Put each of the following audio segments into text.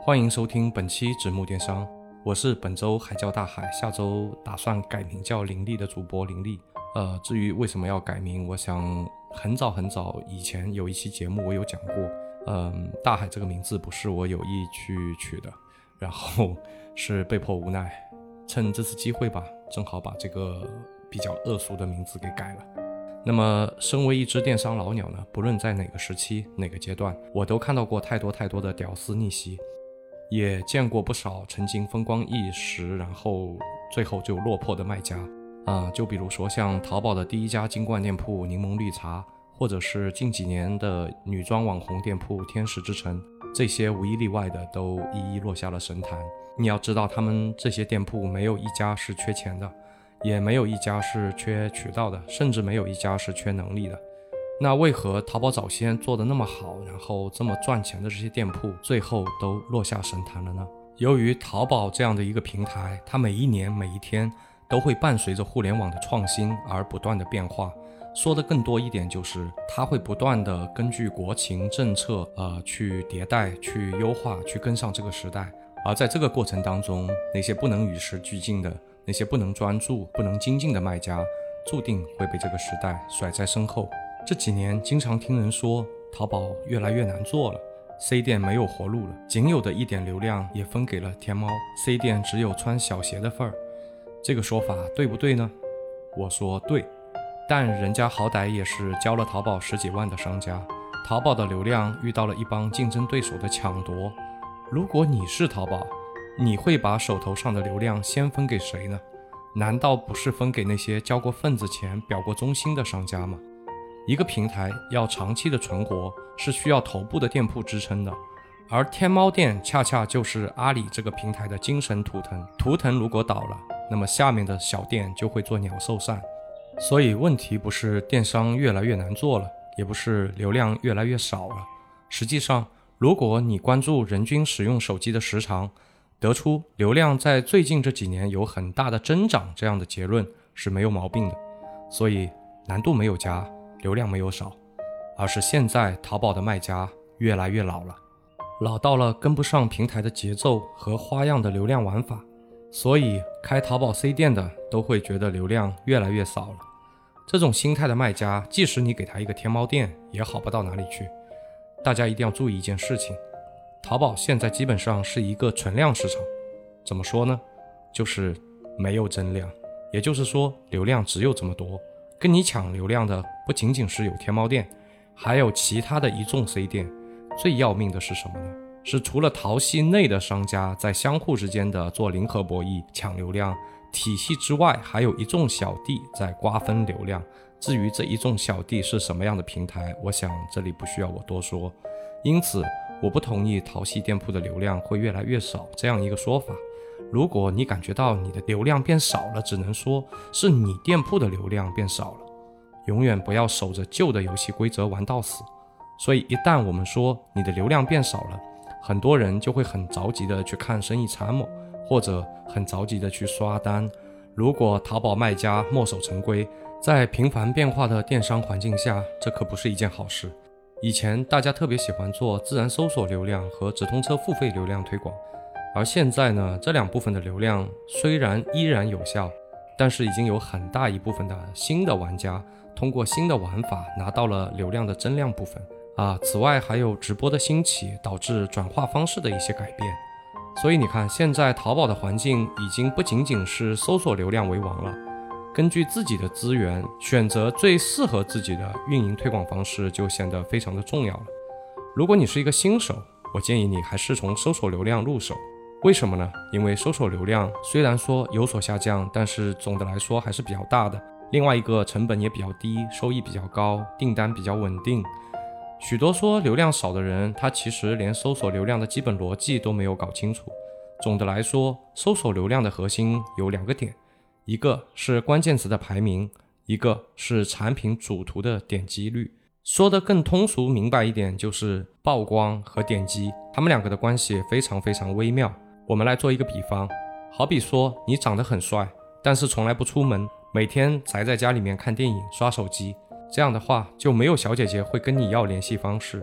欢迎收听本期纸木电商，我是本周还叫大海，下周打算改名叫林立的主播林立。至于为什么要改名，我想很早以前有一期节目我有讲过，大海这个名字不是我有意去取的，然后是被迫无奈，趁这次机会吧，正好把这个比较恶俗的名字给改了。那么身为一只电商老鸟呢，不论在哪个时期哪个阶段，我都看到过太多的屌丝逆袭，也见过不少曾经风光一时然后最后就落魄的卖家。就比如说像淘宝的第一家金冠店铺柠檬绿茶，或者是近几年的女装网红店铺天使之城，这些无一例外的都一一落下了神坛。你要知道，他们这些店铺没有一家是缺钱的，也没有一家是缺渠道的，甚至没有一家是缺能力的。那为何淘宝早先做得那么好，然后这么赚钱的这些店铺最后都落下神坛了呢？由于淘宝这样的一个平台，它每一年每一天都会伴随着互联网的创新而不断的变化，说的更多一点就是它会不断的根据国情政策去迭代去优化去跟上这个时代。而在这个过程当中，那些不能与时俱进的，那些不能专注不能精进的卖家注定会被这个时代甩在身后。这几年经常听人说淘宝越来越难做了， C 店没有活路了，仅有的一点流量也分给了天猫， C 店只有穿小鞋的份儿。这个说法对不对呢？我说对，但人家好歹也是交了淘宝十几万的商家，淘宝的流量遇到了一帮竞争对手的抢夺。如果你是淘宝，你会把手头上的流量先分给谁呢？难道不是分给那些交过份子钱表过忠心的商家吗？一个平台要长期的存活，是需要头部的店铺支撑的，而天猫店恰恰就是阿里这个平台的精神图腾。图腾如果倒了，那么下面的小店就会做鸟兽散。所以问题不是电商越来越难做了，也不是流量越来越少了。实际上，如果你关注人均使用手机的时长，得出流量在最近这几年有很大的增长这样的结论是没有毛病的。所以难度没有加，流量没有少，而是现在淘宝的卖家越来越老了，老到了跟不上平台的节奏和花样的流量玩法，所以开淘宝 C 店的都会觉得流量越来越少了。这种心态的卖家，即使你给他一个天猫店也好不到哪里去。大家一定要注意一件事情，淘宝现在基本上是一个存量市场。怎么说呢？就是没有增量，也就是说流量只有这么多，跟你抢流量的不仅仅是有天猫店，还有其他的一众 C 店。最要命的是什么呢？是除了淘系内的商家在相互之间的做零和博弈抢流量体系之外，还有一众小弟在瓜分流量。至于这一众小弟是什么样的平台，我想这里不需要我多说。因此我不同意淘系店铺的流量会越来越少这样一个说法。如果你感觉到你的流量变少了，只能说是你店铺的流量变少了。永远不要守着旧的游戏规则玩到死。所以一旦我们说你的流量变少了，很多人就会很着急的去看生意参谋，或者很着急的去刷单。如果淘宝卖家墨守成规，在频繁变化的电商环境下，这可不是一件好事。以前大家特别喜欢做自然搜索流量和直通车付费流量推广，而现在呢，这两部分的流量虽然依然有效，但是已经有很大一部分的新的玩家通过新的玩法拿到了流量的增量部分。此外还有直播的兴起导致转化方式的一些改变。所以你看，现在淘宝的环境已经不仅仅是搜索流量为王了，根据自己的资源选择最适合自己的运营推广方式就显得非常的重要了。如果你是一个新手，我建议你还是从搜索流量入手。为什么呢？因为搜索流量虽然说有所下降，但是总的来说还是比较大的。另外一个成本也比较低，收益比较高，订单比较稳定。许多说流量少的人，他其实连搜索流量的基本逻辑都没有搞清楚。总的来说，搜索流量的核心有两个点，一个是关键词的排名，一个是产品主图的点击率。说得更通俗明白一点，就是曝光和点击，他们两个的关系非常微妙。我们来做一个比方，好比说你长得很帅，但是从来不出门，每天宅在家里面看电影刷手机，这样的话就没有小姐姐会跟你要联系方式，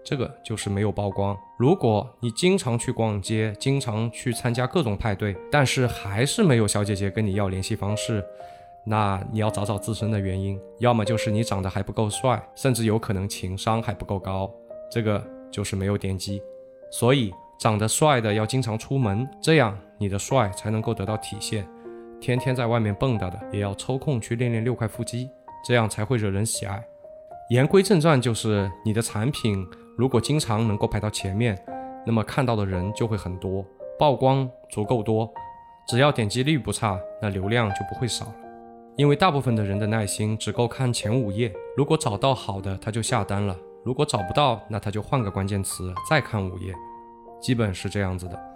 这个就是没有曝光。如果你经常去逛街，经常去参加各种派对，但是还是没有小姐姐跟你要联系方式，那你要找找自身的原因，要么就是你长得还不够帅，甚至有可能情商还不够高，这个就是没有点击。所以长得帅的要经常出门，这样你的帅才能够得到体现。天天在外面蹦跶的也要抽空去练练6块腹肌，这样才会惹人喜爱。言归正传，就是你的产品如果经常能够排到前面，那么看到的人就会很多，曝光足够多，只要点击率不差，那流量就不会少了。因为大部分的人的耐心只够看前5页，如果找到好的他就下单了，如果找不到，那他就换个关键词再看5页，基本是这样子的。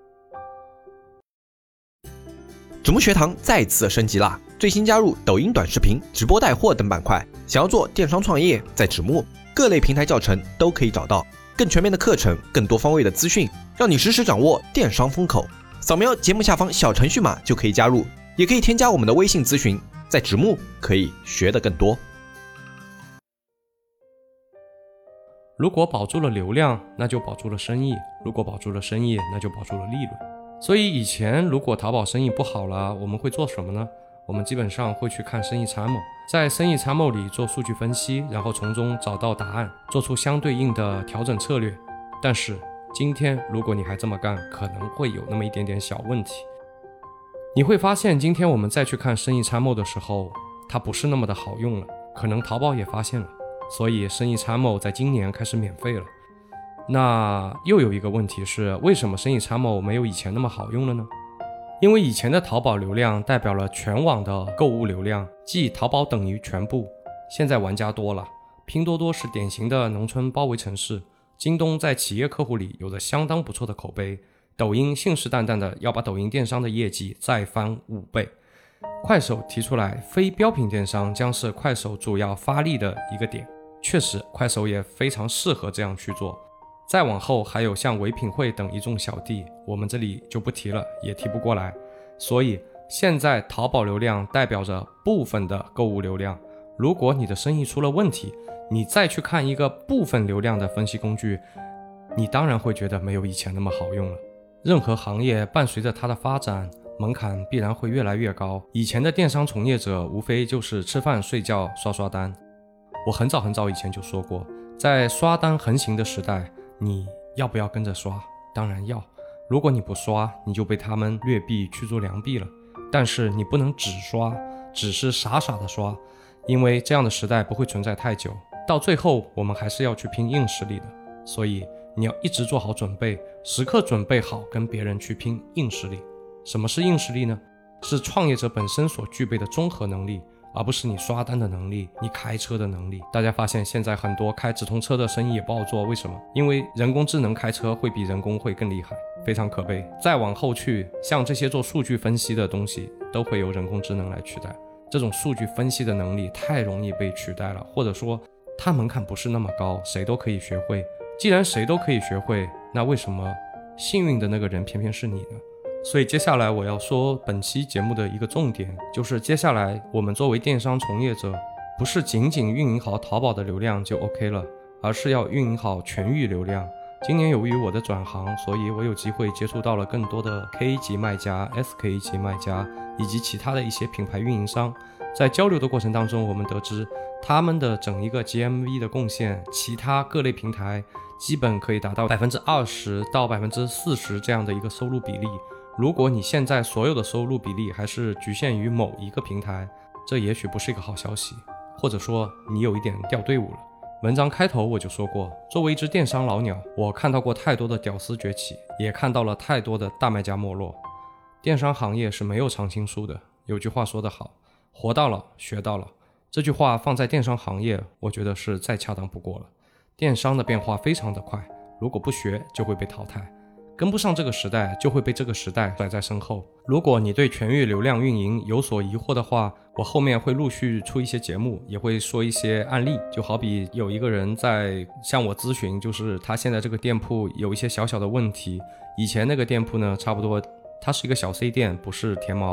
子木学堂再次升级啦，最新加入抖音短视频、直播带货等板块，想要做电商创业，在子木各类平台教程都可以找到，更全面的课程，更多方位的资讯，让你实时掌握电商风口。扫描节目下方小程序码就可以加入，也可以添加我们的微信咨询，在子木可以学得更多。 如果保住了流量，那就保住了生意；如果保住了生意，那就保住了利润。所以以前如果淘宝生意不好了，我们会做什么呢？我们基本上会去看生意参谋，在生意参谋里做数据分析，然后从中找到答案，做出相对应的调整策略。但是今天如果你还这么干，可能会有那么一点点小问题。你会发现今天我们再去看生意参谋的时候，它不是那么的好用了，可能淘宝也发现了，所以生意参谋在今年开始免费了。那又有一个问题是，为什么生意参谋没有以前那么好用了呢？因为以前的淘宝流量代表了全网的购物流量，即淘宝等于全部。现在玩家多了，拼多多是典型的农村包围城市，京东在企业客户里有着相当不错的口碑，抖音信誓旦旦的要把抖音电商的业绩再翻5倍。快手提出来，非标品电商将是快手主要发力的一个点，确实快手也非常适合这样去做。再往后还有像唯品会等一众小弟，我们这里就不提了，也提不过来。所以现在淘宝流量代表着部分的购物流量，如果你的生意出了问题，你再去看一个部分流量的分析工具，你当然会觉得没有以前那么好用了。任何行业伴随着它的发展，门槛必然会越来越高。以前的电商从业者无非就是吃饭睡觉刷单。我很早以前就说过，在刷单横行的时代，你要不要跟着刷？当然要。如果你不刷，你就被他们劣币驱逐良币了。但是你不能只刷，只是傻的刷，因为这样的时代不会存在太久，到最后我们还是要去拼硬实力的。所以你要一直做好准备，时刻准备好跟别人去拼硬实力。什么是硬实力呢？是创业者本身所具备的综合能力，而不是你刷单的能力，你开车的能力。大家发现现在很多开直通车的生意也不好做，为什么？因为人工智能开车会比人工会更厉害，非常可悲。再往后去，像这些做数据分析的东西都会由人工智能来取代。这种数据分析的能力太容易被取代了，或者说它门槛不是那么高，谁都可以学会。既然谁都可以学会，那为什么幸运的那个人偏偏是你呢？所以接下来我要说本期节目的一个重点，就是接下来我们作为电商从业者，不是仅仅运营好淘宝的流量就 OK 了，而是要运营好全域流量。今年由于我的转行，所以我有机会接触到了更多的 K 级卖家、SK 级卖家以及其他的一些品牌运营商。在交流的过程当中，我们得知他们的整一个 GMV 的贡献，其他各类平台基本可以达到 20% 到 40% 这样的一个收入比例。如果你现在所有的收入比例还是局限于某一个平台，这也许不是一个好消息，或者说你有一点掉队伍了。文章开头我就说过，作为一只电商老鸟，我看到过太多的屌丝崛起，也看到了太多的大卖家没落。电商行业是没有常青树的，有句话说得好，活到老学到老。这句话放在电商行业，我觉得是再恰当不过了。电商的变化非常的快，如果不学就会被淘汰，跟不上这个时代就会被这个时代甩在身后。如果你对全域流量运营有所疑惑的话，我后面会陆续出一些节目，也会说一些案例。就好比有一个人在向我咨询，就是他现在这个店铺有一些小小的问题，以前那个店铺呢差不多它是一个小 C 店，不是天猫，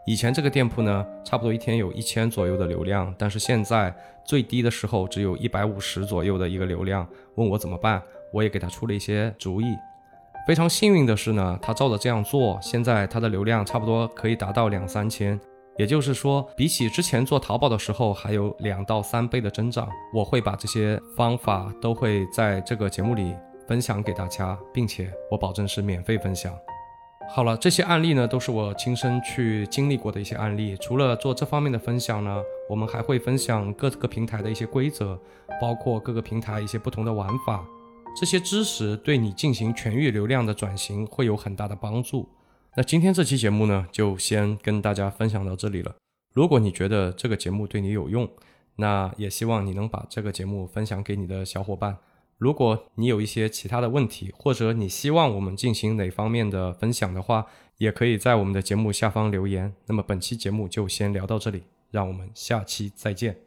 以前这个店铺呢，差不多一天有1000左右的流量，但是现在最低的时候只有150左右的一个流量。问我怎么办，我也给他出了一些主意。非常幸运的是呢，他照着这样做，现在他的流量差不多可以达到2-3千，也就是说比起之前做淘宝的时候还有2到3倍的增长。我会把这些方法都会在这个节目里分享给大家，并且我保证是免费分享。好了，这些案例呢都是我亲身去经历过的一些案例。除了做这方面的分享呢，我们还会分享各个平台的一些规则，包括各个平台一些不同的玩法。这些知识对你进行全域流量的转型会有很大的帮助。那今天这期节目呢，就先跟大家分享到这里了。如果你觉得这个节目对你有用，那也希望你能把这个节目分享给你的小伙伴。如果你有一些其他的问题，或者你希望我们进行哪方面的分享的话，也可以在我们的节目下方留言。那么本期节目就先聊到这里，让我们下期再见。